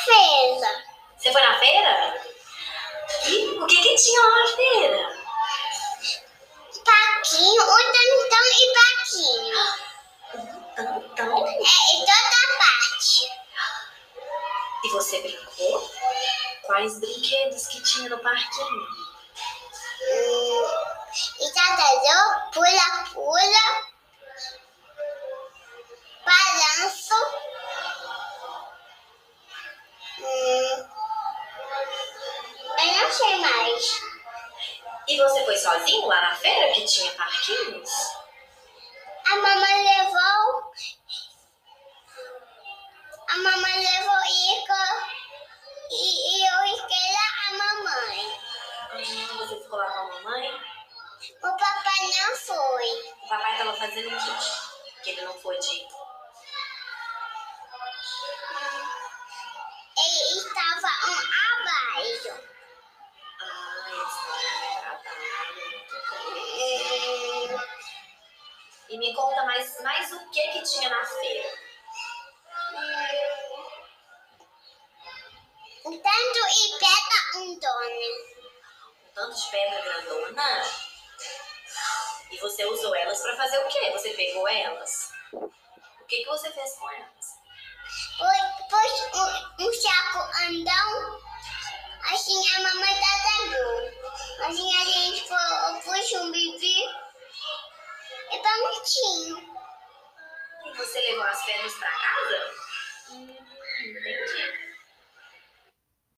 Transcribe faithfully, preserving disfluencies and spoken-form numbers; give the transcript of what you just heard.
feira. Você foi na feira? E o que que tinha lá na feira? Paquinho, o tantão e paquinho. Tantão? É, em toda parte. E você brincou? Quais brinquedos que tinha no parquinho? Hum, e tadador, pula-pula, balanço. Hum, eu não sei mais. E você foi sozinho lá na feira que tinha parquinhos? A mamãe levou. A mamãe levou Ica e, e eu fiquei lá com a mamãe. Ah, você ficou lá com a mamãe? O papai não foi. O papai estava fazendo o quê? Que ele não foi de... Ele estava um abaixo. Ah, ele estava no trabalho. Hum, E me conta mais, mais o que que tinha na feira? hum, tanto e pega um dono. Um tanto de pedra grandona? E você usou elas para fazer o quê? Você pegou elas? O que que você fez com elas? Pôs um, um saco andão. Assim a mamãe pegou. Assim a gente pôs um bebê e bonitinho. E você levou as pedras para casa? Hum, entendi.